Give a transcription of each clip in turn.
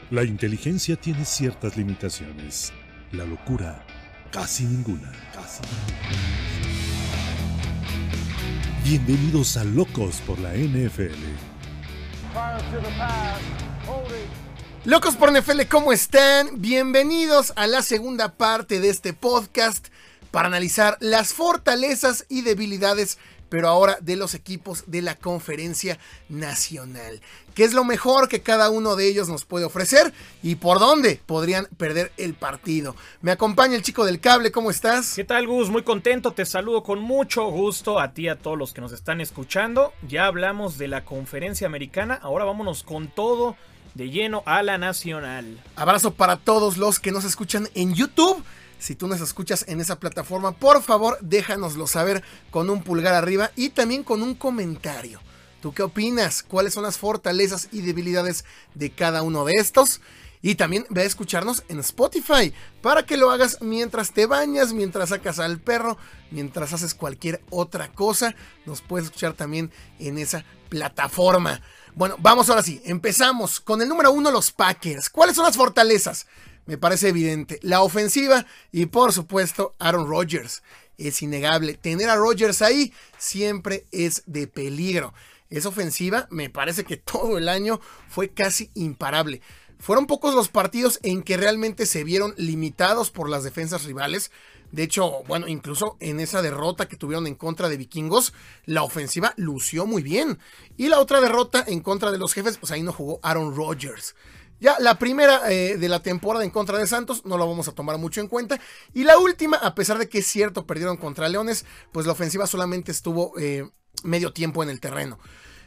La inteligencia tiene ciertas limitaciones. La locura, casi ninguna. Bienvenidos a Locos por la NFL. Locos por NFL, ¿cómo están? Bienvenidos a la segunda parte de este podcast para analizar las fortalezas y debilidades, pero ahora de los equipos de la Conferencia Nacional. ¿Qué es lo mejor que cada uno de ellos nos puede ofrecer y por dónde podrían perder el partido? Me acompaña el chico del cable, ¿cómo estás? ¿Qué tal, Gus? Muy contento, te saludo con mucho gusto a ti y a todos los que nos están escuchando. Ya hablamos de la Conferencia Americana, ahora vámonos con todo de lleno a la Nacional. Abrazo para todos los que nos escuchan en YouTube. Si tú nos escuchas en esa plataforma, por favor, déjanoslo saber con un pulgar arriba y también con un comentario. ¿Tú qué opinas? ¿Cuáles son las fortalezas y debilidades de cada uno de estos? Y también ve a escucharnos en Spotify para que lo hagas mientras te bañas, mientras sacas al perro, mientras haces cualquier otra cosa. Nos puedes escuchar también en esa plataforma. Bueno, vamos ahora sí, empezamos con el número 1, los Packers. ¿Cuáles son las fortalezas? Me parece evidente, la ofensiva y por supuesto Aaron Rodgers. Es innegable, tener a Rodgers ahí siempre es de peligro. Esa ofensiva me parece que todo el año fue casi imparable. Fueron pocos los partidos en que realmente se vieron limitados por las defensas rivales. De hecho, bueno, incluso en esa derrota que tuvieron en contra de Vikingos, la ofensiva lució muy bien. Y la otra derrota en contra de los Jefes, pues ahí no jugó Aaron Rodgers. Ya la primera de la temporada en contra de Santos no lo vamos a tomar mucho en cuenta. Y la última, a pesar de que es cierto, perdieron contra Leones, pues la ofensiva solamente estuvo medio tiempo en el terreno.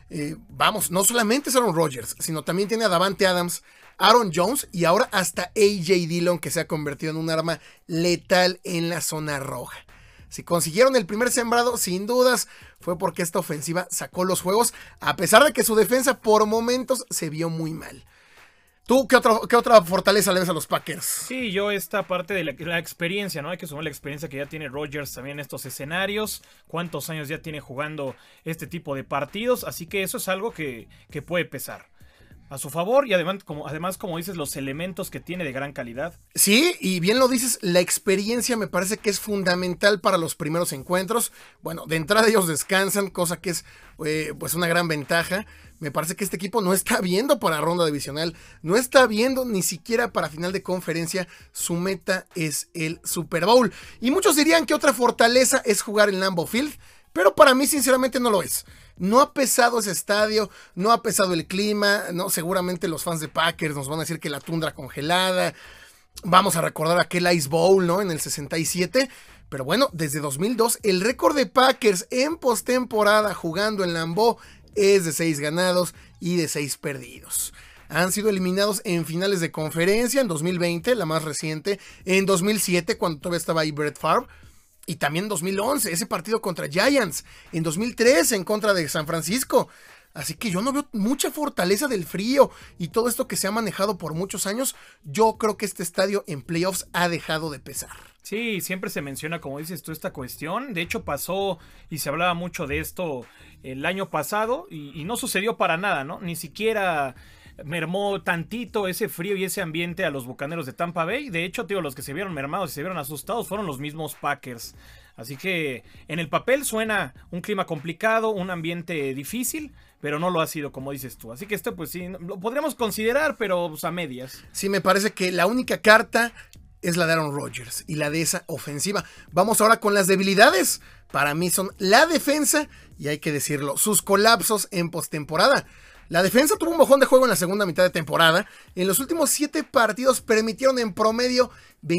Vamos, no solamente es Aaron Rodgers, sino también tiene a Davante Adams, Aaron Jones y ahora hasta A.J. Dillon, que se ha convertido en un arma letal en la zona roja. Si consiguieron el primer sembrado, sin dudas, fue porque esta ofensiva sacó los juegos, a pesar de que su defensa por momentos se vio muy mal. ¿Tú qué otra fortaleza le ves a los Packers? Sí, yo esta parte de la experiencia, ¿no? Hay que sumar la experiencia que ya tiene Rodgers también en estos escenarios. ¿Cuántos años ya tiene jugando este tipo de partidos? Así que eso es algo que puede pesar a su favor y además, como dices, los elementos que tiene de gran calidad. Sí, y bien lo dices, la experiencia me parece que es fundamental para los primeros encuentros. Bueno, de entrada ellos descansan, cosa que es pues una gran ventaja. Me parece que este equipo no está viendo para ronda divisional, no está viendo ni siquiera para final de conferencia. Su meta es el Super Bowl. Y muchos dirían que otra fortaleza es jugar en Lambeau Field, pero para mí sinceramente no lo es. No ha pesado ese estadio, no ha pesado el clima, no, seguramente los fans de Packers nos van a decir que la tundra congelada. Vamos a recordar aquel Ice Bowl, ¿no? En el 67. Pero bueno, desde 2002 el récord de Packers en postemporada jugando en Lambeau es de 6 ganados y de 6 perdidos. Han sido eliminados en finales de conferencia en 2020, la más reciente, en 2007 cuando todavía estaba ahí Brett Favre, y también en 2011, ese partido contra Giants, en 2013 en contra de San Francisco. Así que yo no veo mucha fortaleza del frío y todo esto que se ha manejado por muchos años. Yo creo que este estadio en playoffs ha dejado de pesar. Sí, siempre se menciona, como dices tú, esta cuestión. De hecho pasó y se hablaba mucho de esto el año pasado y no sucedió para nada, ¿no? Ni siquiera mermó tantito ese frío y ese ambiente a los Bucaneros de Tampa Bay. De hecho, tío, los que se vieron mermados y se vieron asustados fueron los mismos Packers. Así que en el papel suena un clima complicado, un ambiente difícil, pero no lo ha sido, como dices tú. Así que esto pues sí, lo podríamos considerar, pero pues, a medias. Sí, me parece que la única carta es la de Aaron Rodgers y la de esa ofensiva. Vamos ahora con las debilidades. Para mí son la defensa y hay que decirlo, sus colapsos en postemporada. La defensa tuvo un mojón de juego en la segunda mitad de temporada. En los últimos 7 partidos permitieron en promedio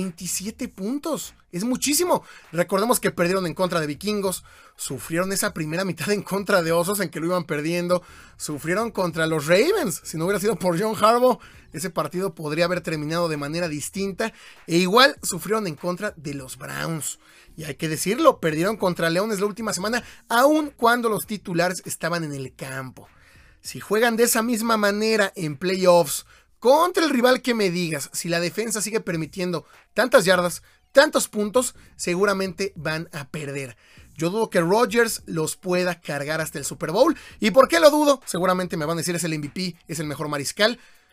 27 puntos. Es muchísimo. Recordemos que perdieron en contra de Vikingos. Sufrieron esa primera mitad en contra de Osos en que lo iban perdiendo. Sufrieron contra los Ravens. Si no hubiera sido por John Harbaugh, ese partido podría haber terminado de manera distinta. E igual sufrieron en contra de los Browns. Y hay que decirlo, perdieron contra Leones la última semana, aun cuando los titulares estaban en el campo. Si juegan de esa misma manera en playoffs contra el rival que me digas, si la defensa sigue permitiendo tantas yardas, tantos puntos, seguramente van a perder. Yo dudo que Rodgers los pueda cargar hasta el Super Bowl. ¿Y por qué lo dudo? Seguramente me van a decir es el MVP, es el mejor mariscal.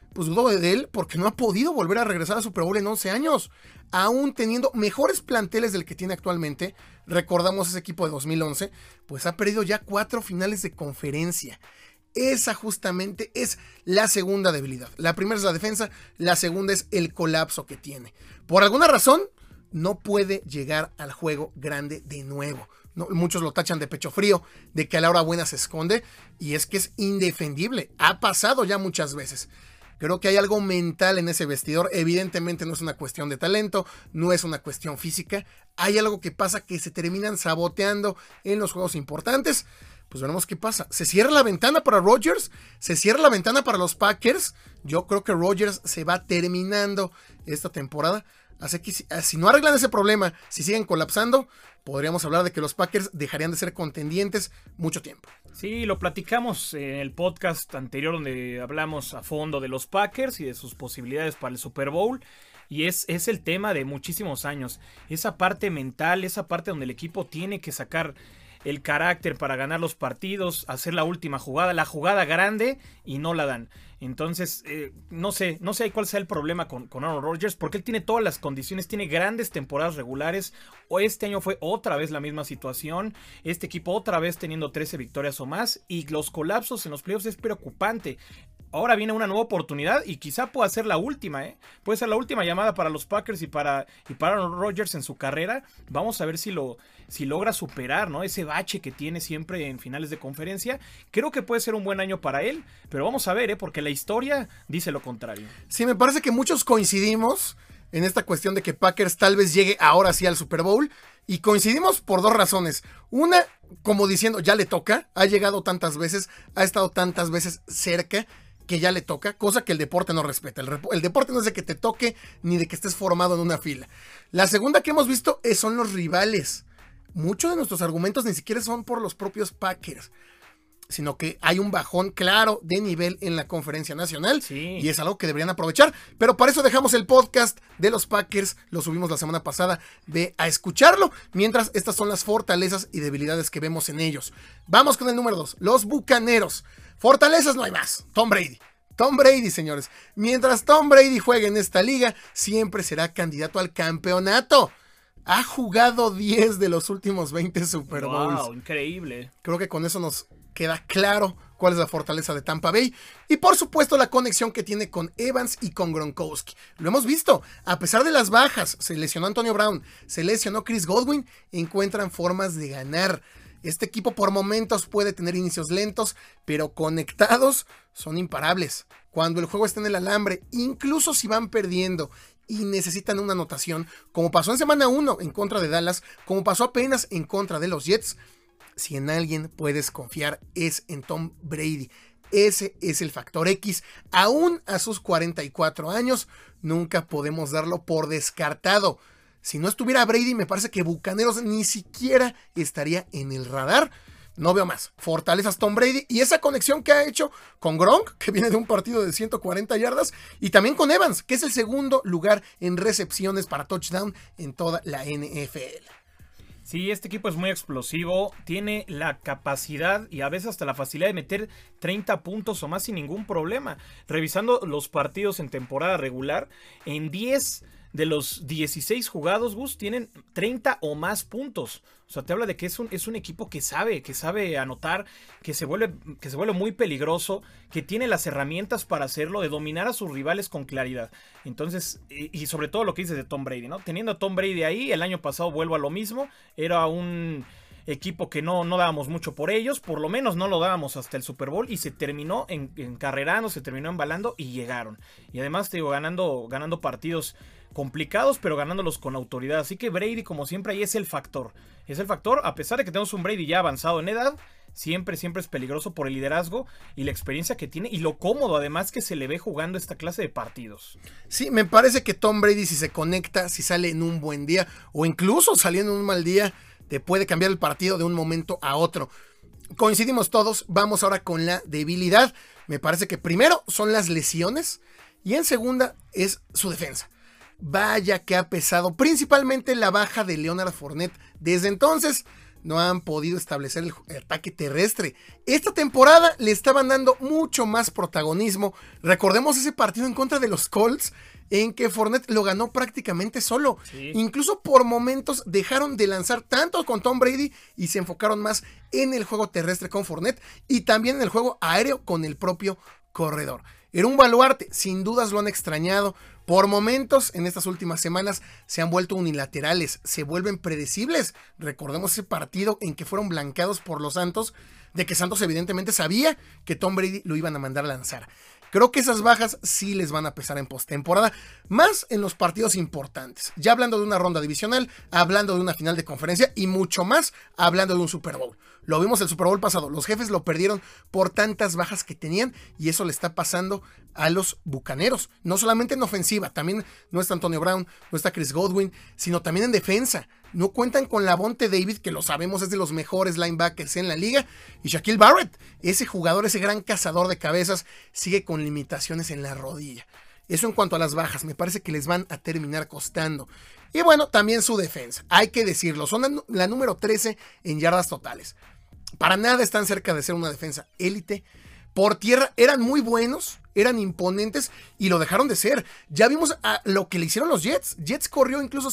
pues dudo de él porque no ha podido volver a regresar a Super Bowl en 11 años. Aún teniendo mejores planteles del que tiene actualmente, recordamos ese equipo de 2011, pues ha perdido ya 4 finales de conferencia. Esa justamente es la segunda debilidad. La primera es la defensa, la segunda es el colapso que tiene. Por alguna razón, no puede llegar al juego grande de nuevo. No, muchos lo tachan de pecho frío, de que a la hora buena se esconde, y es que es indefendible. Ha pasado ya muchas veces. Creo que hay algo mental en ese vestidor. Evidentemente no es una cuestión de talento, no es una cuestión física. Hay algo que pasa que se terminan saboteando en los juegos importantes. Pues veremos qué pasa. ¿Se cierra la ventana para Rodgers? ¿Se cierra la ventana para los Packers? Yo creo que Rodgers se va terminando esta temporada. Así que si no arreglan ese problema, si siguen colapsando, podríamos hablar de que los Packers dejarían de ser contendientes mucho tiempo. Sí, lo platicamos en el podcast anterior donde hablamos a fondo de los Packers y de sus posibilidades para el Super Bowl. Y es el tema de muchísimos años. Esa parte mental, esa parte donde el equipo tiene que sacar el carácter para ganar los partidos, hacer la última jugada, la jugada grande, y no la dan. Entonces, no sé cuál sea el problema con Aaron Rodgers, porque él tiene todas las condiciones, tiene grandes temporadas regulares. O este año fue otra vez la misma situación, este equipo otra vez teniendo 13 victorias o más, y los colapsos en los playoffs es preocupante. Ahora viene una nueva oportunidad y quizá pueda ser la última, puede ser la última llamada para los Packers y para Aaron Rodgers en su carrera. Vamos a ver si logra superar, ¿no?, ese bache que tiene siempre en finales de conferencia. Creo que puede ser un buen año para él, pero vamos a ver, porque la historia dice lo contrario. Sí, me parece que muchos coincidimos en esta cuestión de que Packers tal vez llegue ahora sí al Super Bowl, y coincidimos por 2 razones. Una, como diciendo, ya le toca, ha llegado tantas veces, ha estado tantas veces cerca, que ya le toca, cosa que el deporte no respeta. El deporte no es de que te toque ni de que estés formado en una fila. La segunda que hemos visto son los rivales. Muchos de nuestros argumentos ni siquiera son por los propios Packers, sino que hay un bajón claro de nivel en la conferencia nacional, sí, y es algo que deberían aprovechar. Pero para eso dejamos el podcast de los Packers, lo subimos la semana pasada, ve a escucharlo, mientras estas son las fortalezas y debilidades que vemos en ellos. Vamos con el número 2, los Bucaneros. Fortalezas no hay más. Tom Brady, señores. Mientras Tom Brady juegue en esta liga, siempre será candidato al campeonato. Ha jugado 10 de los últimos 20 Super Bowls. Wow, increíble. Creo que con eso nos queda claro cuál es la fortaleza de Tampa Bay. Y por supuesto la conexión que tiene con Evans y con Gronkowski. Lo hemos visto. A pesar de las bajas, se lesionó Antonio Brown, se lesionó Chris Godwin, encuentran formas de ganar. Este equipo por momentos puede tener inicios lentos, pero conectados son imparables. Cuando el juego está en el alambre, incluso si van perdiendo y necesitan una anotación, como pasó en semana 1 en contra de Dallas, como pasó apenas en contra de los Jets, si en alguien puedes confiar es en Tom Brady. Ese es el factor X. Aún a sus 44 años, nunca podemos darlo por descartado. Si no estuviera Brady, me parece que Bucaneros ni siquiera estaría en el radar. No veo más. Fortalezas Tom Brady y esa conexión que ha hecho con Gronk, que viene de un partido de 140 yardas, y también con Evans, que es el segundo lugar en recepciones para touchdown en toda la NFL. Sí, este equipo es muy explosivo, tiene la capacidad y a veces hasta la facilidad de meter 30 puntos o más sin ningún problema. Revisando los partidos en temporada regular, en 10 de los 16 jugados, Gus, tienen 30 o más puntos. O sea, te habla de que es un equipo que sabe anotar, que se vuelve muy peligroso, que tiene las herramientas para hacerlo, de dominar a sus rivales con claridad. Entonces, y sobre todo lo que dices de Tom Brady, ¿no? Teniendo a Tom Brady ahí, el año pasado vuelvo a lo mismo, era un equipo que no dábamos mucho por ellos, por lo menos no lo dábamos hasta el Super Bowl, y se terminó encarrerando, se terminó embalando y llegaron. Y además, te digo, ganando partidos complicados, pero ganándolos con autoridad. Así que Brady, como siempre, ahí es el factor. Es el factor, a pesar de que tenemos un Brady ya avanzado en edad, siempre es peligroso por el liderazgo y la experiencia que tiene y lo cómodo además que se le ve jugando esta clase de partidos. Sí, me parece que Tom Brady, si se conecta, si sale en un buen día o incluso saliendo en un mal día, te puede cambiar el partido de un momento a otro. Coincidimos todos. Vamos ahora con la debilidad. Me parece que primero son las lesiones y en segunda es su defensa. Vaya que ha pesado, principalmente la baja de Leonard Fournette. Desde entonces no han podido establecer el ataque terrestre. Esta temporada le estaban dando mucho más protagonismo. Recordemos ese partido en contra de los Colts, en que Fournette lo ganó prácticamente solo. Sí. Incluso por momentos dejaron de lanzar tanto con Tom Brady y se enfocaron más en el juego terrestre con Fournette y también en el juego aéreo con el propio corredor. Era un baluarte, sin dudas lo han extrañado. Por momentos en estas últimas semanas se han vuelto unilaterales, se vuelven predecibles. Recordemos ese partido en que fueron blanqueados por los Santos, de que Santos evidentemente sabía que Tom Brady lo iban a mandar a lanzar. Creo que esas bajas sí les van a pesar en postemporada, más en los partidos importantes. Ya hablando de una ronda divisional, hablando de una final de conferencia y mucho más hablando de un Super Bowl. Lo vimos el Super Bowl pasado, los Jefes lo perdieron por tantas bajas que tenían y eso le está pasando a los Bucaneros. No solamente en ofensiva, también no está Antonio Brown, no está Chris Godwin, sino también en defensa. No cuentan con Lavonte David, que lo sabemos es de los mejores linebackers en la liga, y Shaquille Barrett, ese jugador, ese gran cazador de cabezas, sigue con limitaciones en la rodilla. Eso en cuanto a las bajas, me parece que les van a terminar costando. Y bueno, también su defensa, hay que decirlo, son la número 13 en yardas totales. Para nada están cerca de ser una defensa élite. Por tierra eran muy buenos, eran imponentes y lo dejaron de ser. Ya vimos a lo que le hicieron los Jets. Jets corrió incluso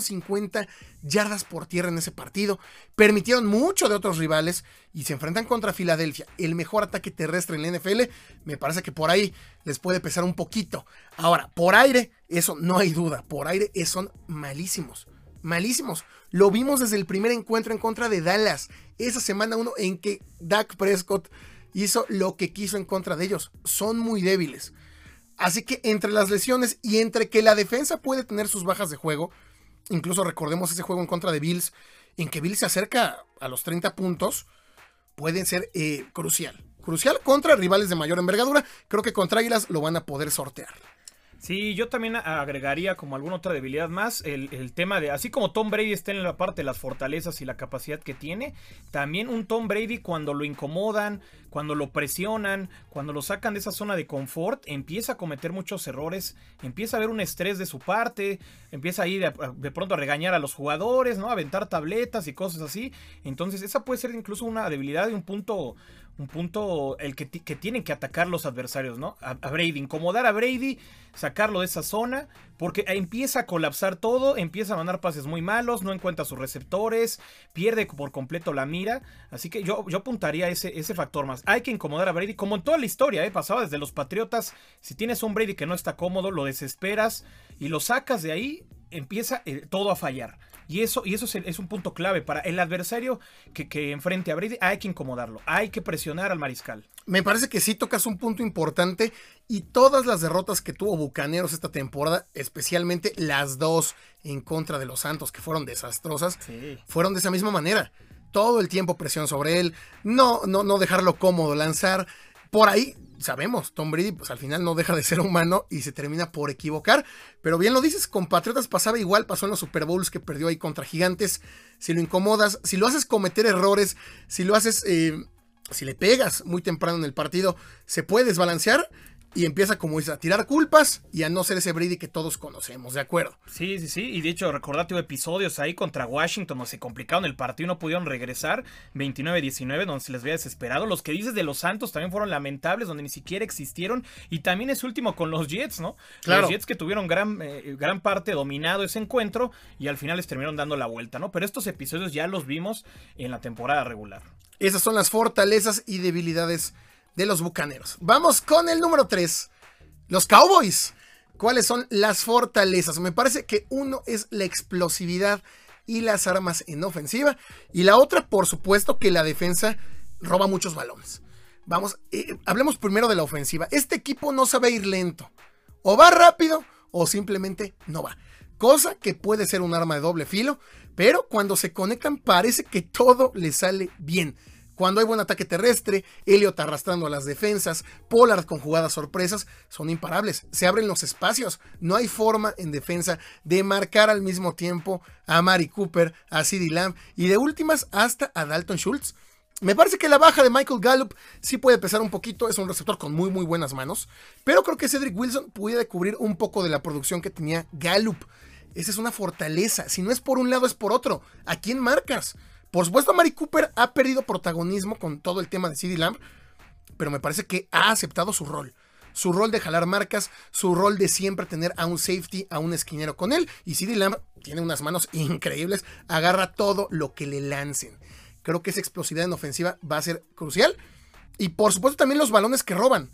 150 yardas por tierra en ese partido. Permitieron mucho de otros rivales y se enfrentan contra Filadelfia, el mejor ataque terrestre en la NFL. Me parece que por ahí les puede pesar un poquito. Ahora, por aire, eso no hay duda. Por aire son malísimos. Malísimos. Lo vimos desde el primer encuentro en contra de Dallas. Esa semana 1 en que Dak Prescott hizo lo que quiso en contra de ellos. Son muy débiles. Así que entre las lesiones y entre que la defensa puede tener sus bajas de juego, incluso recordemos ese juego en contra de Bills, en que Bills se acerca a los 30 puntos, pueden ser crucial. Crucial contra rivales de mayor envergadura. Creo que contra Águilas lo van a poder sortear. Sí, yo también agregaría como alguna otra debilidad más el tema de, así como Tom Brady está en la parte de las fortalezas y la capacidad que tiene, también un Tom Brady cuando lo incomodan, cuando lo presionan, cuando lo sacan de esa zona de confort, empieza a cometer muchos errores, empieza a haber un estrés de su parte, empieza ahí de pronto a regañar a los jugadores, ¿no? A aventar tabletas y cosas así. Entonces esa puede ser incluso una debilidad y un punto el que tienen que atacar los adversarios, ¿no? A Brady, incomodar a Brady, sacarlo de esa zona, porque empieza a colapsar todo, empieza a mandar pases muy malos, no encuentra sus receptores, pierde por completo la mira, así que yo apuntaría ese factor más. Hay que incomodar a Brady, como en toda la historia, pasaba desde los Patriotas. Si tienes un Brady que no está cómodo, lo desesperas y lo sacas de ahí, empieza todo a fallar. Y eso es un punto clave para el adversario que enfrente a Brady. Hay que incomodarlo, hay que presionar al mariscal. Me parece que sí tocas un punto importante y todas las derrotas que tuvo Bucaneros esta temporada, especialmente las dos en contra de los Santos, que fueron desastrosas, sí, fueron de esa misma manera. Todo el tiempo presión sobre él, no dejarlo cómodo lanzar. Por ahí sabemos, Tom Brady pues al final no deja de ser humano y se termina por equivocar, pero bien lo dices, con Patriotas pasaba igual, pasó en los Super Bowls que perdió ahí contra Gigantes. Si lo incomodas, si lo haces cometer errores, si lo haces, si le pegas muy temprano en el partido, se puede desbalancear y empieza, como dices, a tirar culpas y a no ser ese Brady que todos conocemos, ¿de acuerdo? Sí, y de hecho recordate episodios ahí contra Washington donde se complicaron el partido y no pudieron regresar, 29-19, donde se les veía desesperado. Los que dices de los Santos también fueron lamentables, donde ni siquiera existieron, y también es último con los Jets, ¿no? Claro. Los Jets que tuvieron gran parte dominado ese encuentro y al final les terminaron dando la vuelta, ¿no? Pero estos episodios ya los vimos en la temporada regular. Esas son las fortalezas y debilidades de los Bucaneros. Vamos con el número 3, los Cowboys. ¿Cuáles son las fortalezas? Me parece que uno es la explosividad y las armas en ofensiva, y la otra, por supuesto, que la defensa roba muchos balones. Vamos, hablemos primero de la ofensiva. Este equipo no sabe ir lento, o va rápido o simplemente no va, cosa que puede ser un arma de doble filo, pero cuando se conectan parece que todo les sale bien. Cuando hay buen ataque terrestre, Elliott arrastrando a las defensas, Pollard con jugadas sorpresas, son imparables. Se abren los espacios. No hay forma en defensa de marcar al mismo tiempo a Mari Cooper, a CeeDee Lamb y de últimas hasta a Dalton Schultz. Me parece que la baja de Michael Gallup sí puede pesar un poquito. Es un receptor con muy buenas manos, pero creo que Cedric Wilson pudiera cubrir un poco de la producción que tenía Gallup. Esa es una fortaleza. Si no es por un lado, es por otro. ¿A quién marcas? Por supuesto, Mari Cooper ha perdido protagonismo con todo el tema de CeeDee Lamb, pero me parece que ha aceptado su rol. Su rol de jalar marcas, su rol de siempre tener a un safety, a un esquinero con él. Y CeeDee Lamb tiene unas manos increíbles, agarra todo lo que le lancen. Creo que esa explosividad en ofensiva va a ser crucial. Y por supuesto también los balones que roban.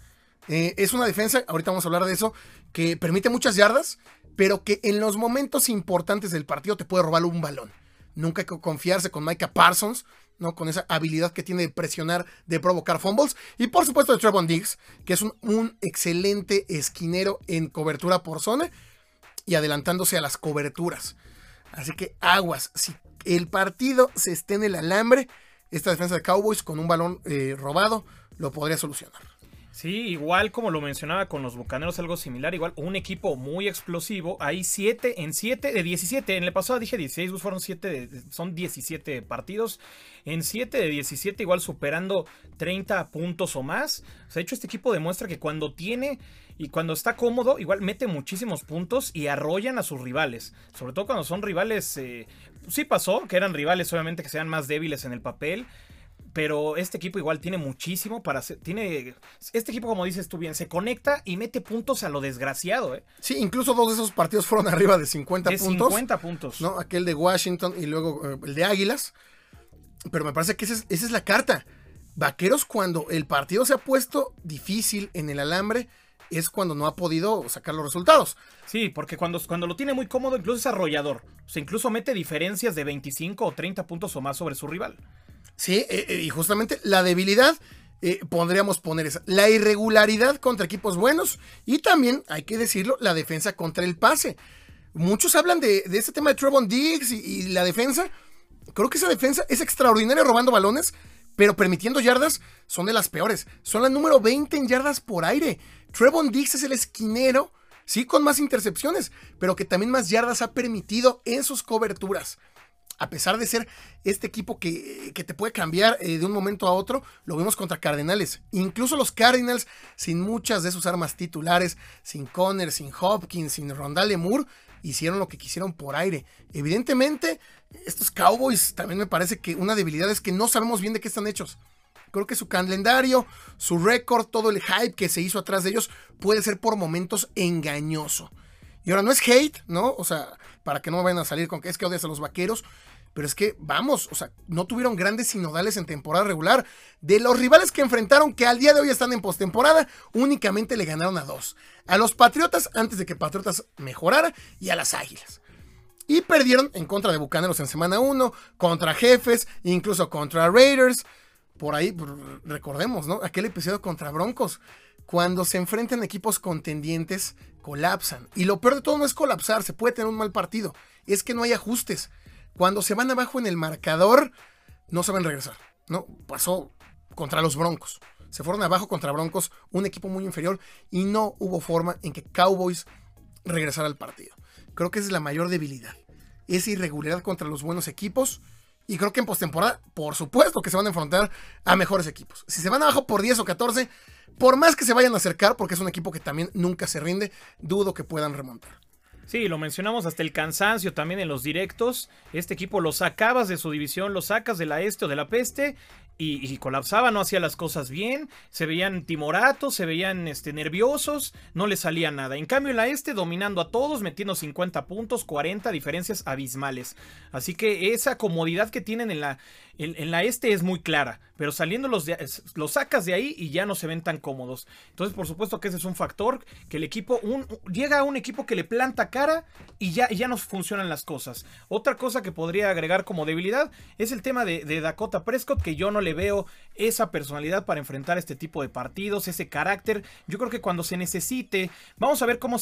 Es una defensa, ahorita vamos a hablar de eso, que permite muchas yardas, pero que en los momentos importantes del partido te puede robar un balón. Nunca hay que confiarse con Micah Parsons, ¿no? Con esa habilidad que tiene de presionar, de provocar fumbles. Y por supuesto de Trevon Diggs, que es un excelente esquinero en cobertura por zona y adelantándose a las coberturas. Así que aguas, si el partido se esté en el alambre, esta defensa de Cowboys con un balón robado lo podría solucionar. Sí, igual como lo mencionaba con los Bucaneros, algo similar, igual un equipo muy explosivo, ahí 7 de 17, en el pasado dije 16, fueron 7, son 17 partidos, en 7 de 17 igual superando 30 puntos o más. O sea, de hecho este equipo demuestra que cuando tiene y cuando está cómodo, igual mete muchísimos puntos y arrollan a sus rivales, sobre todo cuando son rivales, sí pasó, que eran rivales obviamente que sean más débiles en el papel. Pero este equipo igual tiene muchísimo para hacer. Este equipo, como dices tú bien, se conecta y mete puntos a lo desgraciado. Sí, incluso 2 de esos partidos fueron arriba de 50 puntos. 50 puntos. ¿No? Aquel de Washington y luego el de Águilas. Pero me parece que esa es la carta. Vaqueros, cuando el partido se ha puesto difícil en el alambre, es cuando no ha podido sacar los resultados. Sí, porque cuando lo tiene muy cómodo, incluso es arrollador. O sea, incluso mete diferencias de 25 o 30 puntos o más sobre su rival. Sí, y justamente la debilidad, podríamos poner esa, la irregularidad contra equipos buenos y también, hay que decirlo, la defensa contra el pase. Muchos hablan de este tema de Trevon Diggs y la defensa. Creo que esa defensa es extraordinaria robando balones, pero permitiendo yardas son de las peores. Son la número 20 en yardas por aire. Trevon Diggs es el esquinero, sí, con más intercepciones, pero que también más yardas ha permitido en sus coberturas. A pesar de ser este equipo que te puede cambiar de un momento a otro, lo vimos contra Cardenales. Incluso los Cardinals, sin muchas de sus armas titulares, sin Conner, sin Hopkins, sin Rondale Moore, hicieron lo que quisieron por aire. Evidentemente, estos Cowboys también me parece que una debilidad es que no sabemos bien de qué están hechos. Creo que su calendario, su récord, todo el hype que se hizo atrás de ellos puede ser por momentos engañoso. Y ahora no es hate, ¿no? O sea, para que no me vayan a salir con que es que odias a los Vaqueros. Pero es que, vamos, o sea, no tuvieron grandes sinodales en temporada regular. De los rivales que enfrentaron, que al día de hoy están en postemporada, únicamente le ganaron a 2. A los Patriotas, antes de que Patriotas mejorara, y a las Águilas. Y perdieron en contra de Bucaneros en semana 1, contra Jefes, incluso contra Raiders. Por ahí, recordemos, ¿no? Aquel episodio contra Broncos. Cuando se enfrentan equipos contendientes, colapsan. Y lo peor de todo no es colapsar, se puede tener un mal partido. Es que no hay ajustes. Cuando se van abajo en el marcador, no saben regresar, ¿no? Pasó contra los Broncos. Se fueron abajo contra Broncos, un equipo muy inferior, y no hubo forma en que Cowboys regresara al partido. Creo que esa es la mayor debilidad. Esa irregularidad contra los buenos equipos. Y creo que en postemporada, por supuesto que se van a enfrentar a mejores equipos. Si se van abajo por 10 o 14, por más que se vayan a acercar, porque es un equipo que también nunca se rinde, dudo que puedan remontar. Sí, lo mencionamos hasta el cansancio también en los directos. Este equipo lo sacabas de su división, lo sacas de la este o de la peste y colapsaba, no hacía las cosas bien, se veían timoratos, se veían nerviosos, no les salía nada. En cambio en la este dominando a todos, metiendo 50 puntos, 40, diferencias abismales. Así que esa comodidad que tienen en la este es muy clara, pero saliendo los sacas de ahí y ya no se ven tan cómodos. Entonces por supuesto que ese es un factor, que el equipo, llega a un equipo que le planta cara y ya no funcionan las cosas. Otra cosa que podría agregar como debilidad es el tema de Dakota Prescott, que yo no le veo esa personalidad para enfrentar este tipo de partidos, ese carácter. Yo creo que cuando se necesite, vamos a ver cómo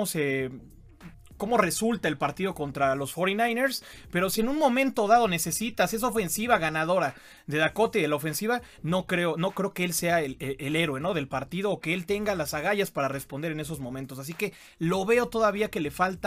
resulta el partido contra los 49ers, pero si en un momento dado necesitas esa ofensiva ganadora de Dakota y de la ofensiva, no creo que él sea el héroe, ¿no?, del partido, o que él tenga las agallas para responder en esos momentos. Así que lo veo todavía que le falta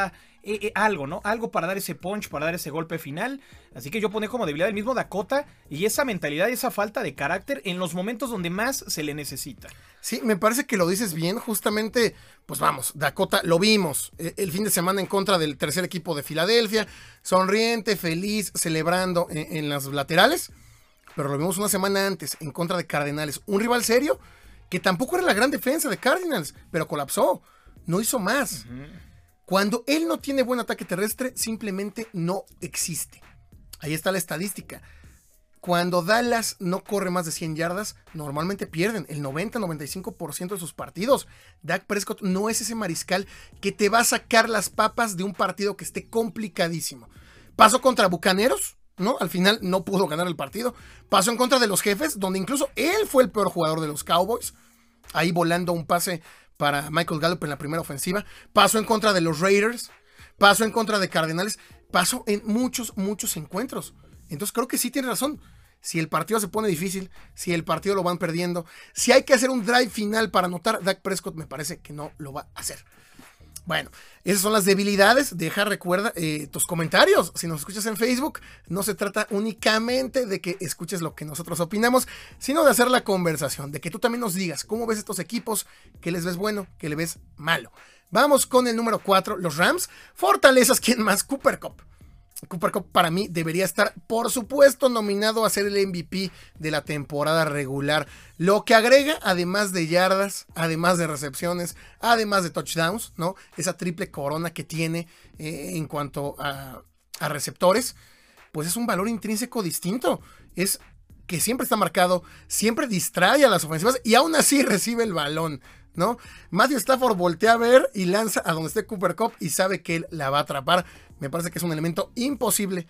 algo, ¿no? Algo para dar ese punch, para dar ese golpe final. Así que yo pondré como debilidad el mismo Dakota y esa mentalidad y esa falta de carácter en los momentos donde más se le necesita. Sí, me parece que lo dices bien. Justamente, pues vamos, Dakota lo vimos el fin de semana en contra del tercer equipo de Filadelfia, sonriente, feliz, celebrando en las laterales, pero lo vimos una semana antes en contra de Cardenales, un rival serio que tampoco era la gran defensa de Cardinals, pero colapsó, no hizo más. Cuando él no tiene buen ataque terrestre, simplemente no existe. Ahí está la estadística. Cuando Dallas no corre más de 100 yardas, normalmente pierden el 90-95% de sus partidos. Dak Prescott no es ese mariscal que te va a sacar las papas de un partido que esté complicadísimo. Pasó contra Bucaneros, ¿no? Al final no pudo ganar el partido. Pasó en contra de los Jefes, donde incluso él fue el peor jugador de los Cowboys. Ahí volando un pase para Michael Gallup en la primera ofensiva. Pasó en contra de los Raiders. Pasó en contra de Cardenales. Pasó en muchos encuentros. Entonces creo que sí tiene razón. Si el partido se pone difícil, si el partido lo van perdiendo, si hay que hacer un drive final para anotar, Dak Prescott me parece que no lo va a hacer. Bueno, esas son las debilidades. Recuerda tus comentarios. Si nos escuchas en Facebook, no se trata únicamente de que escuches lo que nosotros opinamos, sino de hacer la conversación, de que tú también nos digas cómo ves estos equipos, qué les ves bueno, qué les ves malo. Vamos con el número 4, los Rams. Fortalezas, ¿quién más? Cooper Kupp. Cooper Kupp para mí debería estar, por supuesto, nominado a ser el MVP de la temporada regular. Lo que agrega, además de yardas, además de recepciones, además de touchdowns, ¿no? Esa triple corona que tiene en cuanto a receptores, pues es un valor intrínseco distinto. Es que siempre está marcado, siempre distrae a las ofensivas y aún así recibe el balón, ¿no? Matthew Stafford voltea a ver y lanza a donde esté Cooper Kupp y sabe que él la va a atrapar. Me parece que es un elemento imposible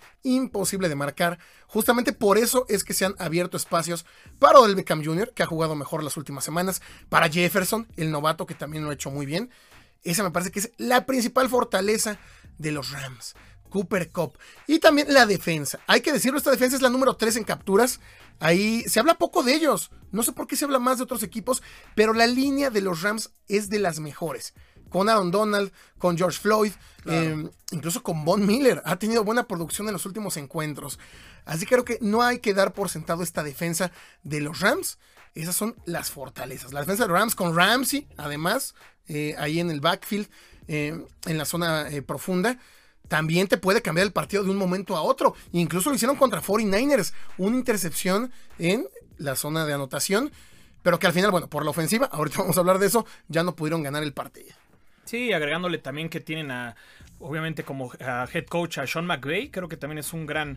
de marcar. Justamente por eso es que se han abierto espacios para Odell Beckham Jr., que ha jugado mejor las últimas semanas, para Jefferson, el novato, que también lo ha hecho muy bien. Esa me parece que es la principal fortaleza de los Rams. Cooper Kupp. Y también la defensa. Hay que decirlo, esta defensa es la número 3 en capturas. Ahí se habla poco de ellos. No sé por qué se habla más de otros equipos, pero la línea de los Rams es de las mejores. Con Aaron Donald, con George Floyd, claro. Incluso con Von Miller. Ha tenido buena producción en los últimos encuentros. Así que creo que no hay que dar por sentado esta defensa de los Rams. Esas son las fortalezas. La defensa de los Rams con Ramsey, además, ahí en el backfield, en la zona profunda. También te puede cambiar el partido de un momento a otro. Incluso lo hicieron contra 49ers. Una intercepción en la zona de anotación. Pero que al final, bueno, por la ofensiva, ahorita vamos a hablar de eso, ya no pudieron ganar el partido. Sí, agregándole también que tienen obviamente como head coach a Sean McVay. Creo que también es un gran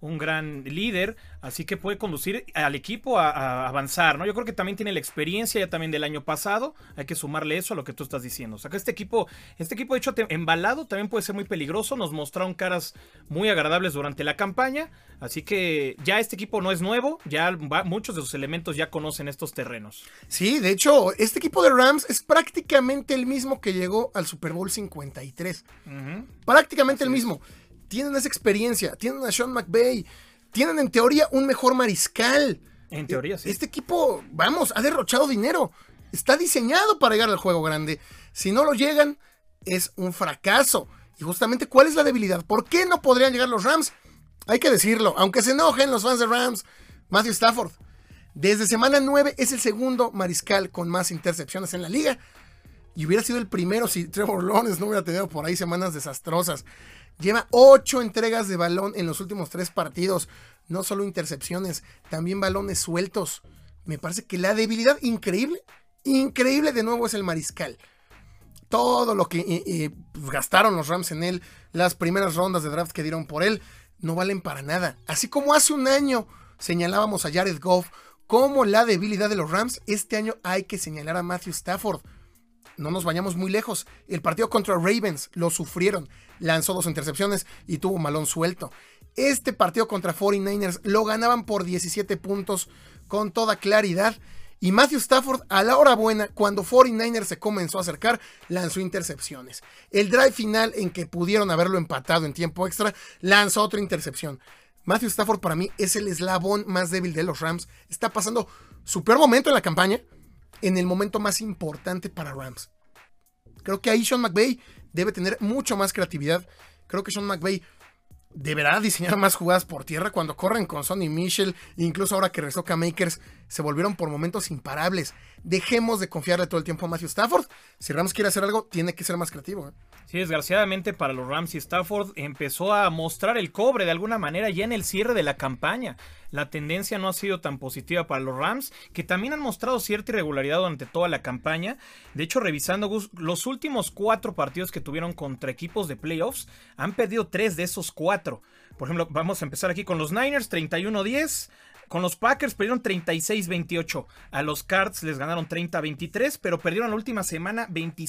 líder, así que puede conducir al equipo a avanzar, ¿no? Yo creo que también tiene la experiencia ya también del año pasado, hay que sumarle eso a lo que tú estás diciendo. O sea que este equipo de hecho embalado también puede ser muy peligroso, nos mostraron caras muy agradables durante la campaña, así que ya este equipo no es nuevo, ya muchos de sus elementos ya conocen estos terrenos. Sí, de hecho, este equipo de Rams es prácticamente el mismo que llegó al Super Bowl 53. Prácticamente el mismo. Tienen esa experiencia, tienen a Sean McVay, tienen en teoría un mejor mariscal. En teoría, sí. Este equipo, vamos, ha derrochado dinero. Está diseñado para llegar al juego grande. Si no lo llegan, es un fracaso. Y justamente, ¿cuál es la debilidad? ¿Por qué no podrían llegar los Rams? Hay que decirlo, aunque se enojen los fans de Rams, Matthew Stafford. Desde semana 9 es el segundo mariscal con más intercepciones en la liga. Y hubiera sido el primero si Trevor Lawrence no hubiera tenido por ahí semanas desastrosas. Lleva 8 entregas de balón en los últimos 3 partidos. No solo intercepciones, también balones sueltos. Me parece que la debilidad increíble de nuevo es el mariscal. Todo lo que gastaron los Rams en él, las primeras rondas de draft que dieron por él, no valen para nada. Así como hace un año señalábamos a Jared Goff como la debilidad de los Rams, este año hay que señalar a Matthew Stafford. No nos vayamos muy lejos. El partido contra Ravens lo sufrieron. Lanzó 2 intercepciones y tuvo un balón suelto. Este partido contra 49ers lo ganaban por 17 puntos con toda claridad. Y Matthew Stafford, a la hora buena, cuando 49ers se comenzó a acercar, lanzó intercepciones. El drive final en que pudieron haberlo empatado en tiempo extra, lanzó otra intercepción. Matthew Stafford para mí es el eslabón más débil de los Rams. Está pasando su peor momento en la campaña, en el momento más importante para Rams. Creo que ahí Sean McVay debe tener mucho más creatividad. Creo que Sean McVay deberá diseñar más jugadas por tierra. Cuando corren con Sonny Michel, incluso ahora que regresó Cam Akers, se volvieron por momentos imparables. Dejemos de confiarle todo el tiempo a Matthew Stafford. Si Rams quiere hacer algo, tiene que ser más creativo, ¿eh? Sí, desgraciadamente para los Rams y Stafford empezó a mostrar el cobre de alguna manera ya en el cierre de la campaña. La tendencia no ha sido tan positiva para los Rams, que también han mostrado cierta irregularidad durante toda la campaña. De hecho, revisando los últimos 4 partidos que tuvieron contra equipos de playoffs, han perdido 3 de esos 4. Por ejemplo, vamos a empezar aquí con los Niners, 31-10. Con los Packers perdieron 36-28. A los Cards les ganaron 30-23, pero perdieron la última semana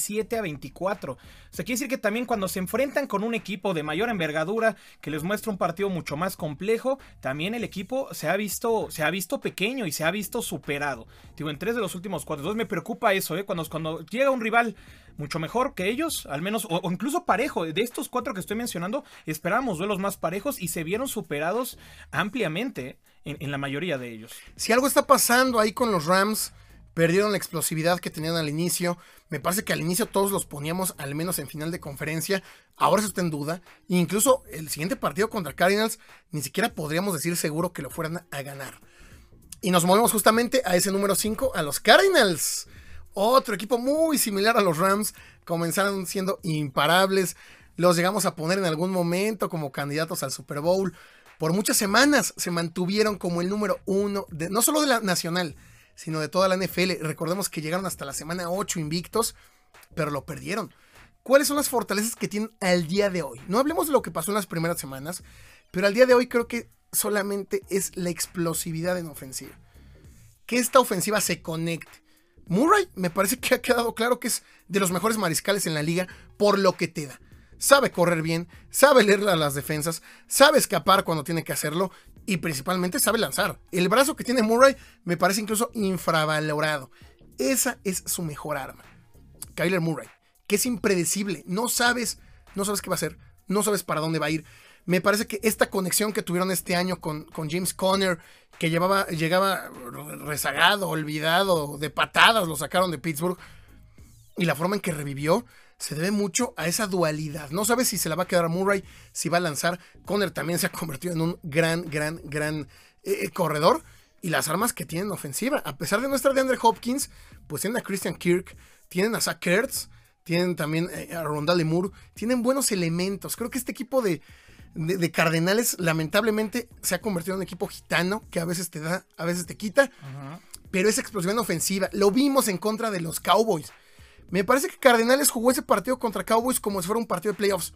27-24. O sea, quiere decir que también cuando se enfrentan con un equipo de mayor envergadura, que les muestra un partido mucho más complejo, también el equipo se ha visto pequeño y se ha visto superado. Digo, en 3 de los últimos 4. Entonces me preocupa eso, cuando llega un rival mucho mejor que ellos, al menos, o incluso parejo. De estos 4 que estoy mencionando, esperábamos duelos más parejos y se vieron superados ampliamente en la mayoría de ellos. Si algo está pasando ahí con los Rams, perdieron la explosividad que tenían al inicio. Me parece que al inicio todos los poníamos al menos en final de conferencia. Ahora eso está en duda. Incluso el siguiente partido contra Cardinals ni siquiera podríamos decir seguro que lo fueran a ganar. Y nos movemos justamente a ese número 5, a los Cardinals. Otro equipo muy similar a los Rams. Comenzaron siendo imparables. Los llegamos a poner en algún momento como candidatos al Super Bowl. Por muchas semanas se mantuvieron como el número 1, no solo de la nacional, sino de toda la NFL. Recordemos que llegaron hasta la semana 8 invictos, pero lo perdieron. ¿Cuáles son las fortalezas que tienen al día de hoy? No hablemos de lo que pasó en las primeras semanas, pero al día de hoy creo que solamente es la explosividad en ofensiva. Que esta ofensiva se conecte. Murray me parece que ha quedado claro que es de los mejores mariscales en la liga por lo que te da. Sabe correr bien, sabe leer a las defensas, sabe escapar cuando tiene que hacerlo y principalmente sabe lanzar. El brazo que tiene Murray me parece incluso infravalorado. Esa es su mejor arma. Kyler Murray, que es impredecible. No sabes qué va a hacer, no sabes para dónde va a ir. Me parece que esta conexión que tuvieron este año con James Conner, que llegaba rezagado, olvidado, de patadas, lo sacaron de Pittsburgh, y la forma en que revivió, se debe mucho a esa dualidad. No sabes si se la va a quedar a Murray, si va a lanzar. Conner también se ha convertido en un gran corredor. Y las armas que tienen ofensiva, a pesar de no estar de Andre Hopkins, pues tienen a Christian Kirk, tienen a Zach Ertz, tienen también a Rondale Moore, tienen buenos elementos. Creo que este equipo de Cardenales lamentablemente se ha convertido en un equipo gitano, que a veces te da, a veces te quita. Pero esa explosión ofensiva, lo vimos en contra de los Cowboys. Me parece que Cardenales jugó ese partido contra Cowboys como si fuera un partido de playoffs.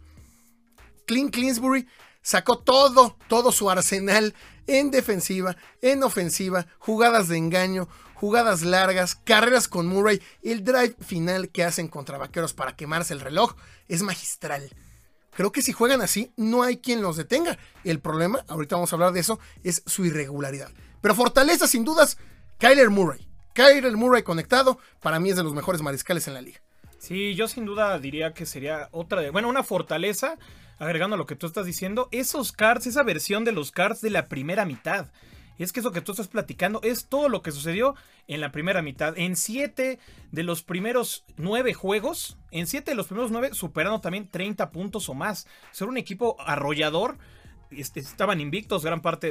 Clint Kingsbury sacó todo su arsenal en defensiva, en ofensiva, jugadas de engaño, jugadas largas, carreras con Murray. El drive final que hacen contra Vaqueros para quemarse el reloj es magistral. Creo que si juegan así, no hay quien los detenga. El problema, ahorita vamos a hablar de eso, es su irregularidad. Pero fortaleza, sin dudas, Kyler Murray. Kyler Murray conectado, para mí es de los mejores mariscales en la liga. Sí, yo sin duda diría que sería una fortaleza, agregando a lo que tú estás diciendo, esos Cards, esa versión de los Cards de la primera mitad. Es que eso que tú estás platicando es todo lo que sucedió en la primera mitad. En 7 de los primeros 9 juegos, superando también 30 puntos o más. Ser un equipo arrollador. Estaban invictos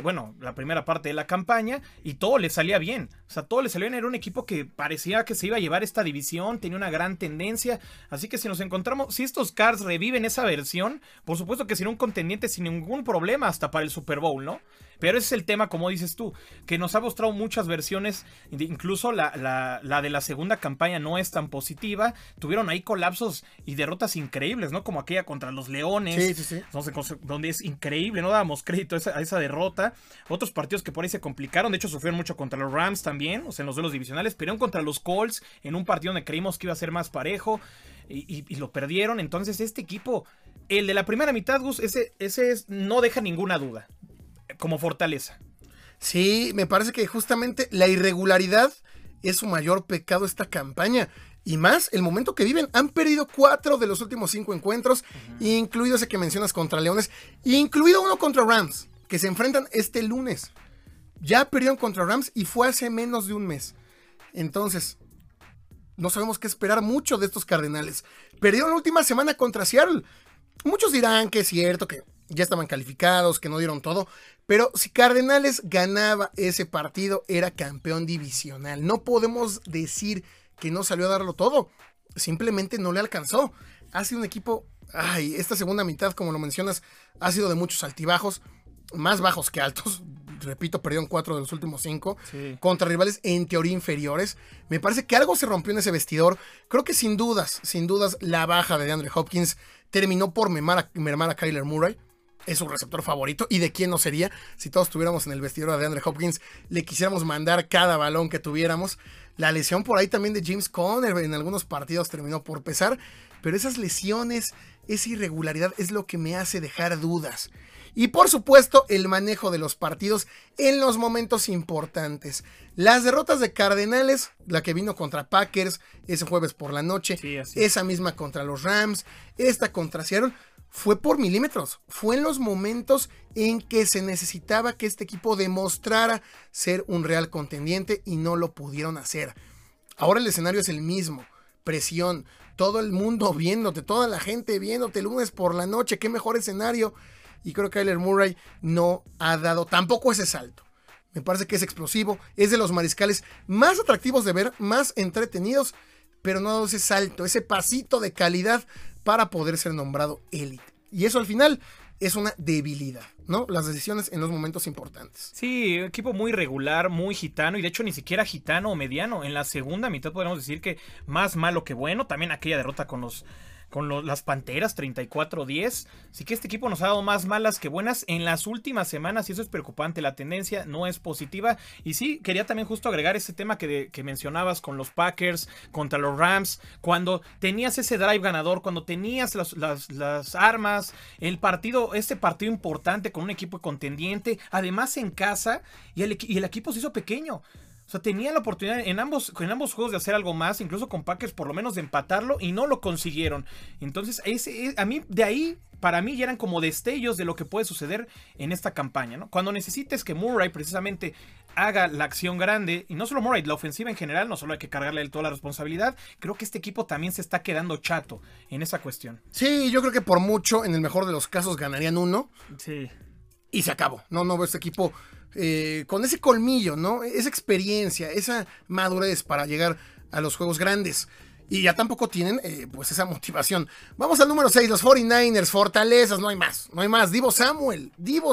la primera parte de la campaña y todo le salía bien. O sea, todo le salió bien. Era un equipo que parecía que se iba a llevar esta división, tenía una gran tendencia. Así que si estos Cards reviven esa versión, por supuesto que será un contendiente sin ningún problema hasta para el Super Bowl, ¿no? Pero ese es el tema, como dices tú, que nos ha mostrado muchas versiones, incluso la de la segunda campaña no es tan positiva. Tuvieron ahí colapsos y derrotas increíbles, ¿no? Como aquella contra los Leones, sí. Donde es increíble, no dábamos crédito a esa derrota. Otros partidos que por ahí se complicaron, de hecho sufrieron mucho contra los Rams también, o sea, en los duelos divisionales, perdieron contra los Colts en un partido donde creímos que iba a ser más parejo y lo perdieron. Entonces este equipo, el de la primera mitad, Gus, ese no deja ninguna duda como fortaleza. Sí, me parece que justamente la irregularidad es su mayor pecado esta campaña. Y más el momento que viven. Han perdido 4 de los últimos 5 encuentros, incluido ese que mencionas contra Leones, incluido uno contra Rams, que se enfrentan este lunes. Ya perdieron contra Rams y fue hace menos de un mes. Entonces, no sabemos qué esperar mucho de estos Cardenales. Perdieron la última semana contra Seattle. Muchos dirán que es cierto, que ya estaban calificados, que no dieron todo, pero si Cardenales ganaba ese partido, era campeón divisional. No podemos decir que no salió a darlo todo, simplemente no le alcanzó. Ha sido un equipo, esta segunda mitad, como lo mencionas, ha sido de muchos altibajos, más bajos que altos. Repito, perdieron 4 de los últimos 5 contra rivales en teoría inferiores. Me parece que algo se rompió en ese vestidor. Creo que sin dudas, la baja de DeAndre Hopkins terminó por mermar a Kyler Murray. Es su receptor favorito, y de quién no sería. Si todos estuviéramos en el vestidor de DeAndre Hopkins, le quisiéramos mandar cada balón que tuviéramos. La lesión por ahí también de James Conner en algunos partidos terminó por pesar, pero esas lesiones, esa irregularidad es lo que me hace dejar dudas. Y por supuesto, el manejo de los partidos en los momentos importantes. Las derrotas de Cardenales, la que vino contra Packers ese jueves por la noche, esa misma contra los Rams, esta contra Seattle, fue por milímetros. Fue en los momentos en que se necesitaba que este equipo demostrara ser un real contendiente y no lo pudieron hacer. Ahora el escenario es el mismo. Presión, todo el mundo viéndote, toda la gente viéndote el lunes por la noche. Qué mejor escenario. Y creo que Kyler Murray no ha dado tampoco ese salto. Me parece que es explosivo, es de los mariscales más atractivos de ver, más entretenidos, pero no ha dado ese salto, ese pasito de calidad para poder ser nombrado élite. Y eso al final es una debilidad, ¿no? Las decisiones en los momentos importantes. Sí, equipo muy regular, muy gitano, y de hecho ni siquiera gitano o mediano. En la segunda mitad podríamos decir que más malo que bueno. También aquella derrota con las Panteras, 34-10. Así que este equipo nos ha dado más malas que buenas en las últimas semanas, y eso es preocupante. La tendencia no es positiva. Y sí, quería también justo agregar ese tema que mencionabas con los Packers, contra los Rams, cuando tenías ese drive ganador, cuando tenías las armas, este partido importante con un equipo contendiente, además en casa, y el equipo se hizo pequeño. O sea, tenían la oportunidad en ambos juegos de hacer algo más, incluso con Packers por lo menos de empatarlo, y no lo consiguieron. Entonces, para mí ya eran como destellos de lo que puede suceder en esta campaña, ¿no? Cuando necesites que Murray precisamente haga la acción grande, y no solo Murray, la ofensiva en general, no solo hay que cargarle toda la responsabilidad. Creo que este equipo también se está quedando chato en esa cuestión. Sí, yo creo que por mucho, en el mejor de los casos, ganarían 1. Sí. Y se acabó. No veo este equipo con ese colmillo, ¿no? Esa experiencia, esa madurez para llegar a los juegos grandes. Y ya tampoco tienen pues esa motivación. Vamos al número 6, los 49ers, fortalezas, no hay más. Deebo Samuel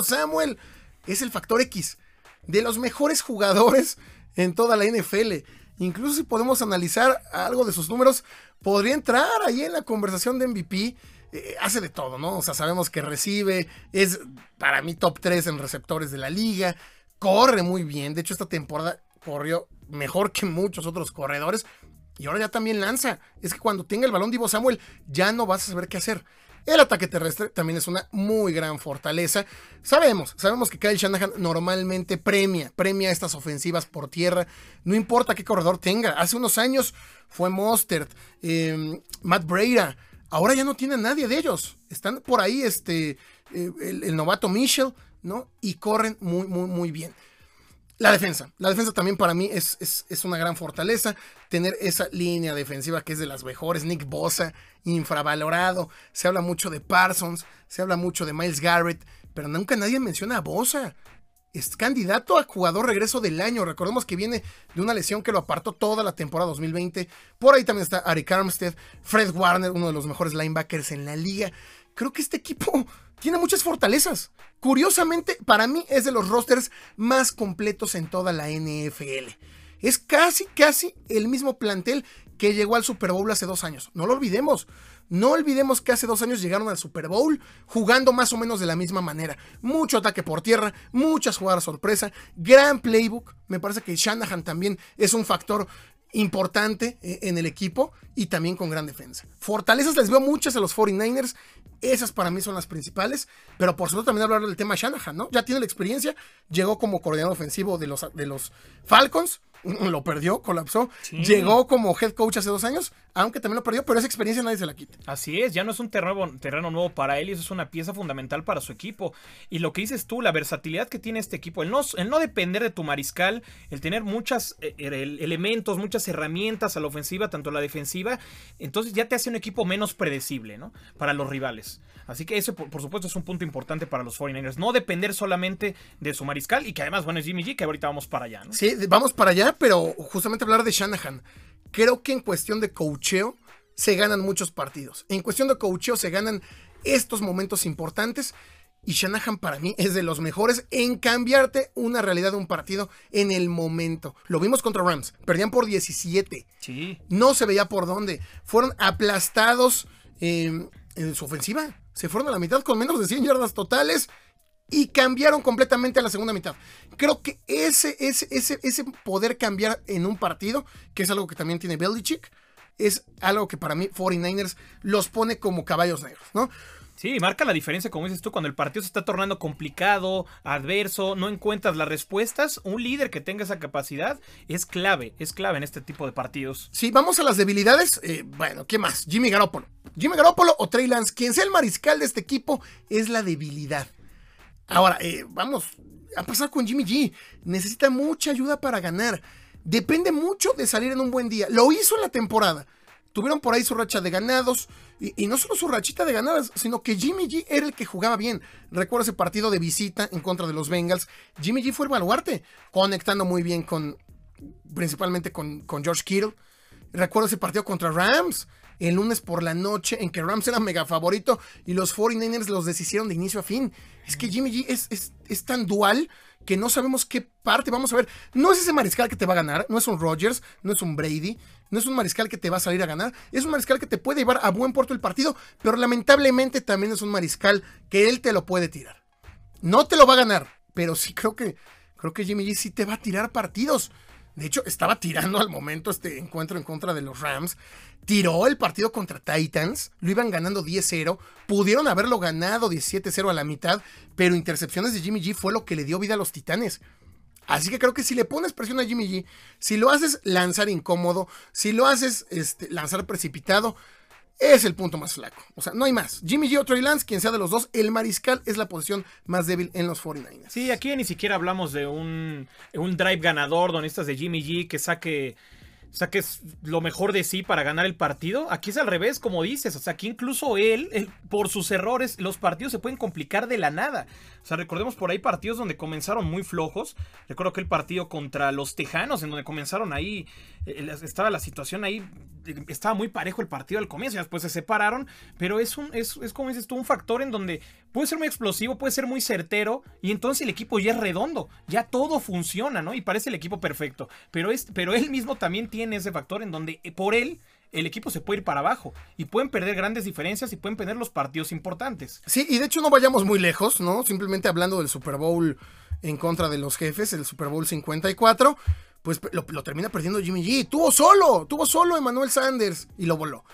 es el factor X, de los mejores jugadores en toda la NFL. Incluso si podemos analizar algo de sus números, podría entrar ahí en la conversación de MVP. Hace de todo, ¿no? O sea, sabemos que recibe, es para mí top 3 en receptores de la liga, corre muy bien. De hecho, esta temporada corrió mejor que muchos otros corredores, y ahora ya también lanza. Es que cuando tenga el balón Deebo Samuel, ya no vas a saber qué hacer. El ataque terrestre también es una muy gran fortaleza. Sabemos que Kyle Shanahan normalmente premia estas ofensivas por tierra, no importa qué corredor tenga. Hace unos años fue Mostert, Matt Breida. Ahora ya no tiene a nadie de ellos. Están por ahí el novato Mitchell, ¿no? Y corren muy, muy, muy bien. La defensa también para mí es una gran fortaleza. Tener esa línea defensiva que es de las mejores. Nick Bosa, infravalorado. Se habla mucho de Parsons, se habla mucho de Myles Garrett, pero nunca nadie menciona a Bosa. Es candidato a jugador regreso del año. Recordemos que viene de una lesión que lo apartó toda la temporada 2020. Por ahí también está Arik Armstead, Fred Warner, uno de los mejores linebackers en la liga. Creo que este equipo tiene muchas fortalezas. Curiosamente, para mí es de los rosters más completos en toda la NFL. Es casi el mismo plantel que llegó al Super Bowl hace 2 años. No lo olvidemos. No olvidemos que hace 2 años llegaron al Super Bowl jugando más o menos de la misma manera. Mucho ataque por tierra, muchas jugadas sorpresa, gran playbook. Me parece que Shanahan también es un factor importante en el equipo, y también con gran defensa. Fortalezas les veo muchas a los 49ers. Esas para mí son las principales, pero por supuesto también hablar del tema Shanahan, ¿no? Ya tiene la experiencia, llegó como coordinador ofensivo de los Falcons, lo perdió, colapsó. Sí. Llegó como head coach hace 2 años, aunque también lo perdió, pero esa experiencia nadie se la quita. Así es, ya no es un terreno nuevo para él y eso es una pieza fundamental para su equipo. Y lo que dices tú, la versatilidad que tiene este equipo, el no depender de tu mariscal, el tener muchos elementos, muchas herramientas a la ofensiva, tanto a la defensiva, entonces ya te hace un equipo menos predecible, ¿no? Para los rivales. Así que eso, por supuesto, es un punto importante para los 49ers. No depender solamente de su mariscal y que además, bueno, es Jimmy G, que ahorita vamos para allá, ¿no? Sí, vamos para allá, pero justamente hablar de Shanahan. Creo que en cuestión de coacheo se ganan muchos partidos. En cuestión de coacheo se ganan estos momentos importantes. Y Shanahan para mí es de los mejores en cambiarte una realidad de un partido en el momento. Lo vimos contra Rams. Perdían por 17. Sí. No se veía por dónde. Fueron aplastados en su ofensiva. Se fueron a la mitad con menos de 100 yardas totales. Y cambiaron completamente a la segunda mitad. Creo que ese poder cambiar en un partido, que es algo que también tiene Belichick, es algo que para mí 49ers los pone como caballos negros, ¿no? Sí, marca la diferencia, como dices tú, cuando el partido se está tornando complicado, adverso, no encuentras las respuestas, un líder que tenga esa capacidad es clave en este tipo de partidos. Sí, vamos a las debilidades. Bueno, ¿qué más? Jimmy Garoppolo o Trey Lance, quien sea el mariscal de este equipo, es la debilidad. Ahora, vamos a pasar con Jimmy G. Necesita mucha ayuda para ganar. Depende mucho de salir en un buen día. Lo hizo en la temporada. Tuvieron por ahí su racha de ganados. Y no solo su rachita de ganadas, sino que Jimmy G era el que jugaba bien. Recuerdo ese partido de visita en contra de los Bengals. Jimmy G fue el baluarte, conectando muy bien principalmente con George Kittle. Recuerdo ese partido contra Rams el lunes por la noche, en que Rams era mega favorito y los 49ers los deshicieron de inicio a fin. Es que Jimmy G es tan dual que no sabemos qué parte vamos a ver. No es ese mariscal que te va a ganar, no es un Rodgers, no es un Brady, no es un mariscal que te va a salir a ganar, es un mariscal que te puede llevar a buen puerto el partido, pero lamentablemente también es un mariscal que él te lo puede tirar. No te lo va a ganar, pero sí creo que Jimmy G sí te va a tirar partidos. De hecho, estaba tirando al momento este encuentro en contra de los Rams. Tiró el partido contra Titans. Lo iban ganando 10-0. Pudieron haberlo ganado 17-0 a la mitad. Pero intercepciones de Jimmy G fue lo que le dio vida a los Titanes. Así que creo que si le pones presión a Jimmy G, si lo haces lanzar incómodo, si lo haces lanzar precipitado, es el punto más flaco. O sea, no hay más. Jimmy G o Trey Lance, quien sea de los dos, el mariscal es la posición más débil en los 49ers. Sí, aquí ni siquiera hablamos de un drive ganador, donde estás de Jimmy G que saques lo mejor de sí para ganar el partido. Aquí es al revés, como dices. O sea, aquí incluso él, por sus errores, los partidos se pueden complicar de la nada. O sea, recordemos por ahí partidos donde comenzaron muy flojos. Recuerdo que el partido contra los Tejanos, en donde comenzaron ahí, estaba la situación ahí, estaba muy parejo el partido al comienzo, y después se separaron. Pero es como dices tú, un factor en donde puede ser muy explosivo, puede ser muy certero, y entonces el equipo ya es redondo, ya todo funciona, ¿no? Y parece el equipo perfecto. Pero él mismo también tiene ese factor en donde por él el equipo se puede ir para abajo y pueden perder grandes diferencias y pueden perder los partidos importantes. Sí, y de hecho no vayamos muy lejos, ¿no? Simplemente hablando del Super Bowl en contra de los Jefes, el Super Bowl 54, pues lo termina perdiendo Jimmy G. Tuvo solo Emmanuel Sanders y lo voló.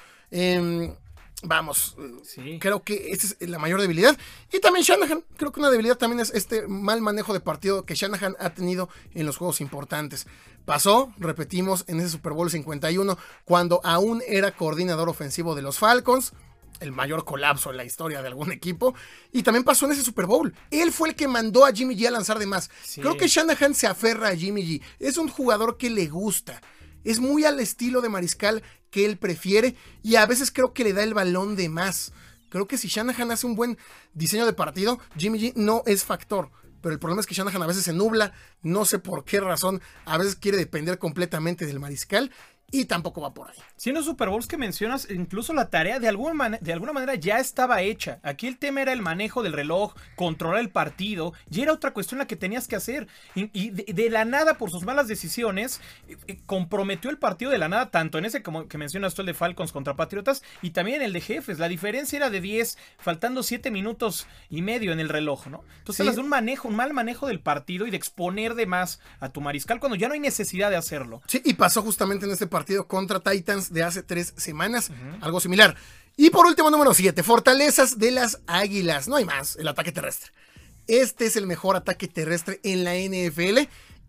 Vamos, sí. Creo que esa es la mayor debilidad. Y también Shanahan, creo que una debilidad también es este mal manejo de partido que Shanahan ha tenido en los juegos importantes. Pasó, repetimos, en ese Super Bowl 51, cuando aún era coordinador ofensivo de los Falcons, el mayor colapso en la historia de algún equipo, y también pasó en ese Super Bowl. Él fue el que mandó a Jimmy G a lanzar de más. Sí. Creo que Shanahan se aferra a Jimmy G. Es un jugador que le gusta. Es muy al estilo de mariscal que él prefiere y a veces creo que le da el balón de más. Creo que si Shanahan hace un buen diseño de partido, Jimmy G no es factor. Pero el problema es que Shanahan a veces se nubla, no sé por qué razón, a veces quiere depender completamente del mariscal y tampoco va por ahí. Si en los Super Bowls que mencionas, incluso la tarea de alguna manera ya estaba hecha. Aquí el tema era el manejo del reloj, controlar el partido, y era otra cuestión la que tenías que hacer. Y de la nada, por sus malas decisiones, comprometió el partido de la nada, tanto en ese como que mencionas tú, el de Falcons contra Patriotas, y también en el de Jefes. La diferencia era de 10, faltando 7 minutos y medio en el reloj, ¿no? Entonces hablas de un mal manejo del partido y de exponer de más a tu mariscal cuando ya no hay necesidad de hacerlo. Sí, y pasó justamente en este partido contra Titans de hace 3 semanas, algo similar. Y por último, número 7, fortalezas de las Águilas. No hay más, el ataque terrestre. Este es el mejor ataque terrestre en la NFL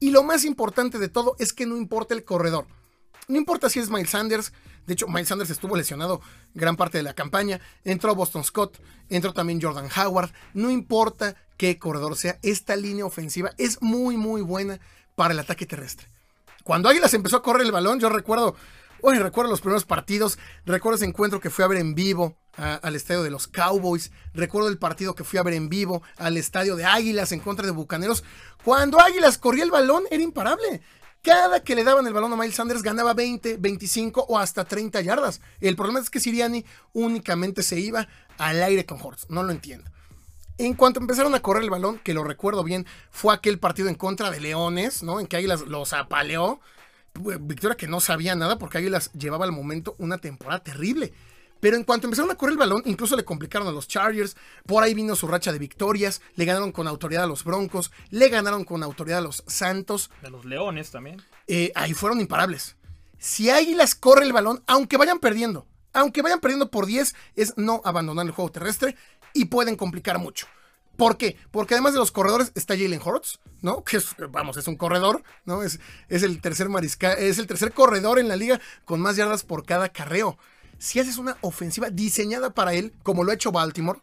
Y lo más importante de todo es que no importa el corredor. No importa si es Miles Sanders. De hecho, Miles Sanders estuvo lesionado gran parte de la campaña. Entró Boston Scott. Entró también Jordan Howard. No importa qué corredor sea. Esta línea ofensiva es muy, muy buena para el ataque terrestre. Cuando Águilas empezó a correr el balón, yo recuerdo los primeros partidos. Recuerdo ese encuentro que fui a ver en vivo al estadio de los Cowboys. Recuerdo el partido que fui a ver en vivo al estadio de Águilas en contra de Bucaneros. Cuando Águilas corría el balón, era imparable. Cada que le daban el balón a Miles Sanders ganaba 20, 25 o hasta 30 yardas. El problema es que Sirianni únicamente se iba al aire con Hurts. No lo entiendo. En cuanto empezaron a correr el balón, que lo recuerdo bien, fue aquel partido en contra de Leones, ¿no? En que Águilas los apaleó. Victoria que no sabía nada porque Águilas llevaba al momento una temporada terrible. Pero en cuanto empezaron a correr el balón, incluso le complicaron a los Chargers. Por ahí vino su racha de victorias. Le ganaron con autoridad a los Broncos. Le ganaron con autoridad a los Santos. De los Leones también. Ahí fueron imparables. Si Águilas corre el balón, aunque vayan perdiendo por 10, es no abandonar el juego terrestre y pueden complicar mucho. ¿Por qué? Porque además de los corredores está Jalen Hurts, ¿no? Que es un corredor, ¿no? Es el tercer corredor en la liga con más yardas por cada carreo. Si haces una ofensiva diseñada para él, como lo ha hecho Baltimore,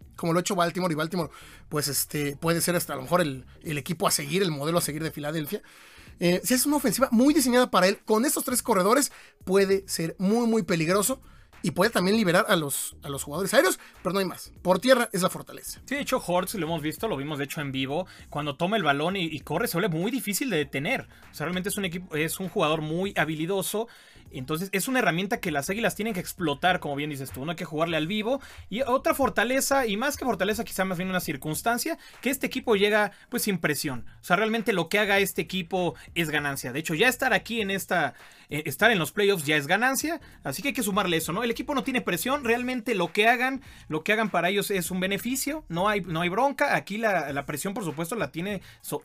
y Baltimore, pues puede ser hasta a lo mejor el equipo a seguir, el modelo a seguir de Filadelfia. Si haces una ofensiva muy diseñada para él, con estos 3 corredores, puede ser muy, muy peligroso. Y puede también liberar a los jugadores aéreos, pero no hay más. Por tierra es la fortaleza. Sí, de hecho, Hurts lo hemos visto, lo vimos de hecho en vivo. Cuando toma el balón y corre, se vuelve muy difícil de detener. O sea, realmente es un jugador muy habilidoso. Entonces, es una herramienta que las Águilas tienen que explotar, como bien dices tú. No hay que jugarle al vivo. Y otra fortaleza, y más que fortaleza, quizá más bien una circunstancia, que este equipo llega pues sin presión. O sea, realmente lo que haga este equipo es ganancia. De hecho, ya estar aquí estar en los playoffs ya es ganancia. Así que hay que sumarle eso, ¿no? El equipo no tiene presión. Realmente lo que hagan para ellos es un beneficio. No hay bronca. Aquí la presión, por supuesto, la tiene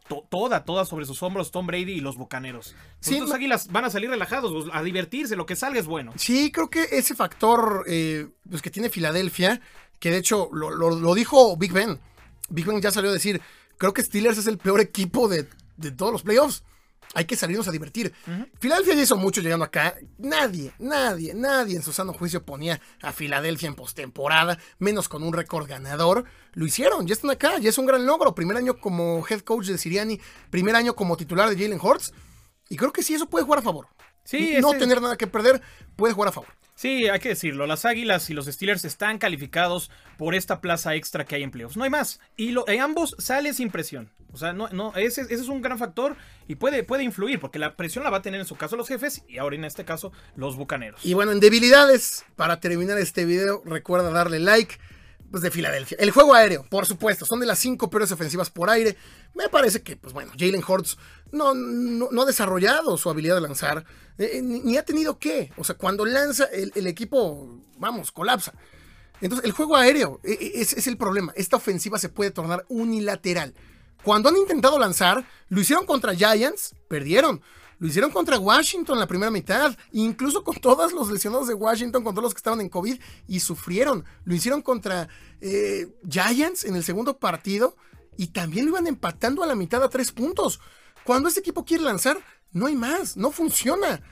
toda sobre sus hombros Tom Brady y los Bucaneros. Sí, los Águilas van a salir relajados, a divertirse. Lo que salga es bueno. Sí, creo que ese factor pues que tiene Filadelfia, que de hecho lo dijo Big Ben. Big Ben ya salió a decir, creo que Steelers es el peor equipo de todos los playoffs. Hay que salirnos a divertir. Filadelfia ya hizo mucho llegando acá. Nadie en su sano juicio ponía a Filadelfia en postemporada, menos con un récord ganador. Lo hicieron, ya están acá, ya es un gran logro. Primer año como head coach de Sirianni, primer año como titular de Jalen Hurts. Y creo que sí, eso puede jugar a favor. Sí, no tener nada que perder, puede jugar a favor. Sí, hay que decirlo, las Águilas y los Steelers están calificados por esta plaza extra que hay en playoffs. No hay más. Y ambos salen sin presión. O sea, ese es un gran factor y puede influir, porque la presión la va a tener en su caso los Jefes y ahora en este caso los Bucaneros. Y bueno, en debilidades, para terminar este video, recuerda darle like. Pues de Filadelfia. El juego aéreo, por supuesto, son de las 5 peores ofensivas por aire. Me parece que, pues bueno, Jalen Hurts no ha desarrollado su habilidad de lanzar, ni ha tenido que. O sea, cuando lanza, el equipo, colapsa. Entonces, el juego aéreo es el problema. Esta ofensiva se puede tornar unilateral. Cuando han intentado lanzar, lo hicieron contra Giants, perdieron. Lo hicieron contra Washington en la primera mitad, incluso con todos los lesionados de Washington, con todos los que estaban en COVID, y sufrieron. Lo hicieron contra Giants en el segundo partido, y también lo iban empatando a la mitad a 3 puntos. Cuando este equipo quiere lanzar, no hay más, no funciona.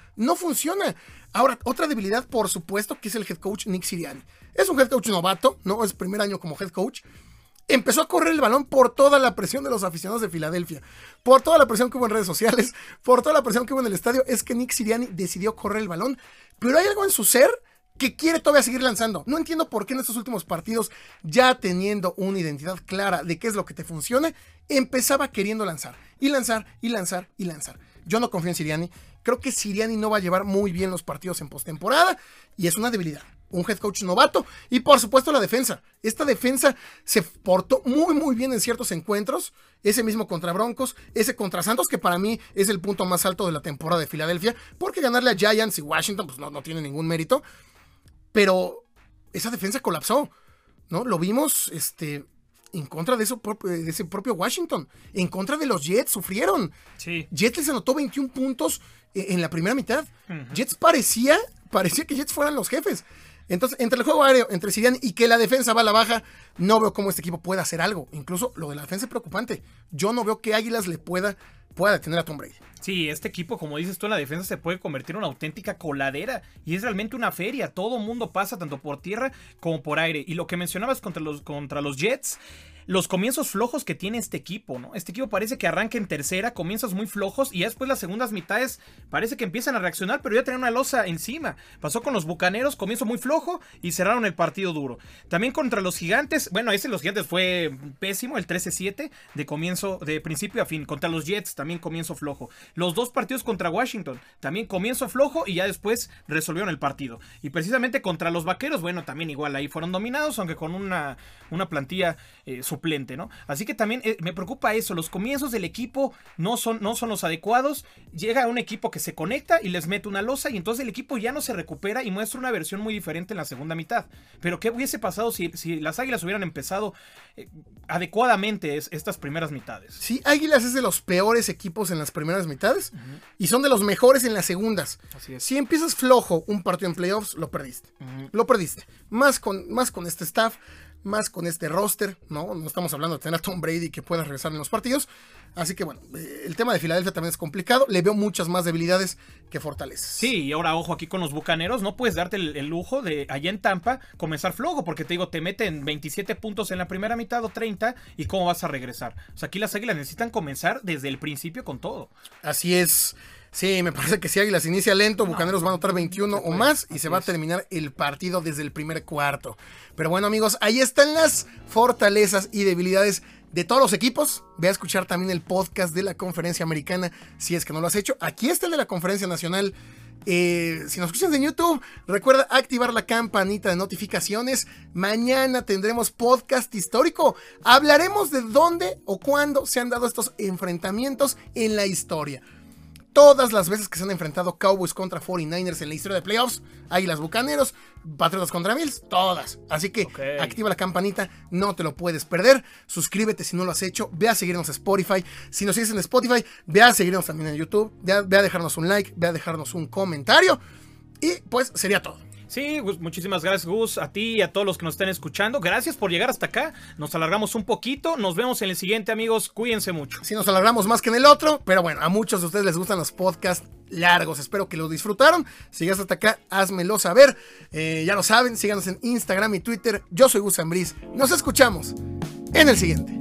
Ahora, otra debilidad, por supuesto, que es el head coach Nick Sirianni. Es un head coach novato, ¿no? Es primer año como head coach. Empezó a correr el balón por toda la presión de los aficionados de Filadelfia, por toda la presión que hubo en redes sociales, por toda la presión que hubo en el estadio. Es que Nick Sirianni decidió correr el balón, pero hay algo en su ser que quiere todavía seguir lanzando. No entiendo por qué en estos últimos partidos, ya teniendo una identidad clara de qué es lo que te funciona, empezaba queriendo lanzar, y lanzar, y lanzar, y lanzar. Yo no confío en Sirianni. Creo que Sirianni no va a llevar muy bien los partidos en postemporada, y es una debilidad. Un head coach novato, y por supuesto la defensa. Esta defensa se portó muy muy bien en ciertos encuentros, ese mismo contra Broncos, ese contra Santos, que para mí es el punto más alto de la temporada de Filadelfia, porque ganarle a Giants y Washington pues no tiene ningún mérito, pero esa defensa colapsó, ¿no? Lo vimos en contra de ese propio Washington, en contra de los Jets, sufrieron. Sí. Jets les anotó 21 puntos en la primera mitad. Jets parecía que Jets fueran los jefes. Entonces, entre el juego aéreo, entre Sirianni y que la defensa va a la baja, no veo cómo este equipo pueda hacer algo. Incluso lo de la defensa es preocupante. Yo no veo que Águilas le pueda pueda detener a Tom Brady. Sí, este equipo, como dices tú, en la defensa se puede convertir en una auténtica coladera y es realmente una feria. Todo mundo pasa tanto por tierra como por aire. Y lo que mencionabas contra los Jets, los comienzos flojos que tiene este equipo, ¿no? Este equipo parece que arranca en tercera, comienzos muy flojos y ya después las segundas mitades parece que empiezan a reaccionar, pero ya tienen una losa encima. Pasó con los Bucaneros, comienzo muy flojo y cerraron el partido duro. También contra los Gigantes, bueno, los Gigantes fue pésimo, el 13-7 de comienzo, de principio a fin. Contra los Jets también comienzo flojo. Los dos partidos contra Washington, también comienzo flojo y ya después resolvieron el partido. Y precisamente contra los Vaqueros, bueno, también igual ahí fueron dominados, aunque con una plantilla suplente, ¿no? Así que también me preocupa eso, los comienzos del equipo no son los adecuados, llega un equipo que se conecta y les mete una losa y entonces el equipo ya no se recupera y muestra una versión muy diferente en la segunda mitad. Pero ¿qué hubiese pasado si las Águilas hubieran empezado adecuadamente estas primeras mitades? Sí, Águilas es de los peores equipos en las primeras mitades y son de los mejores en las segundas. Así es. Si empiezas flojo un partido en playoffs, lo perdiste. Lo perdiste. Más con este staff, más con este roster, ¿no? No estamos hablando de tener a Tom Brady que pueda regresar en los partidos. Así que bueno, el tema de Filadelfia también es complicado. Le veo muchas más debilidades que fortalezas. Sí, y ahora ojo aquí con los Bucaneros. No puedes darte el lujo de allá en Tampa comenzar flojo, porque te digo, te meten 27 puntos en la primera mitad o 30 y cómo vas a regresar. O sea, aquí las Águilas necesitan comenzar desde el principio con todo. Así es. Sí, me parece que si Águilas inicia lento, Bucaneros va a anotar 21 o más y se va a terminar el partido desde el primer cuarto. Pero bueno, amigos, ahí están las fortalezas y debilidades de todos los equipos. Ve a escuchar también el podcast de la Conferencia Americana si es que no lo has hecho. Aquí está el de la Conferencia Nacional. Si nos escuchas en YouTube, recuerda activar la campanita de notificaciones. Mañana tendremos podcast histórico. Hablaremos de dónde o cuándo se han dado estos enfrentamientos en la historia. Todas las veces que se han enfrentado Cowboys contra 49ers en la historia de playoffs, Águilas Bucaneros, Patriotas contra Bills, todas. Así que activa la campanita, no te lo puedes perder. Suscríbete si no lo has hecho, ve a seguirnos en Spotify. Si nos sigues en Spotify, ve a seguirnos también en YouTube, ve a dejarnos un like, ve a dejarnos un comentario. Y pues sería todo. Sí, Gus, muchísimas gracias, Gus, a ti y a todos los que nos estén escuchando. Gracias por llegar hasta acá. Nos alargamos un poquito. Nos vemos en el siguiente, amigos. Cuídense mucho. Sí, nos alargamos más que en el otro, pero bueno, a muchos de ustedes les gustan los podcasts largos. Espero que lo disfrutaron. Si llegaste hasta acá, házmelo saber. Ya lo saben, síganos en Instagram y Twitter. Yo soy Gus Ambriz. Nos escuchamos en el siguiente.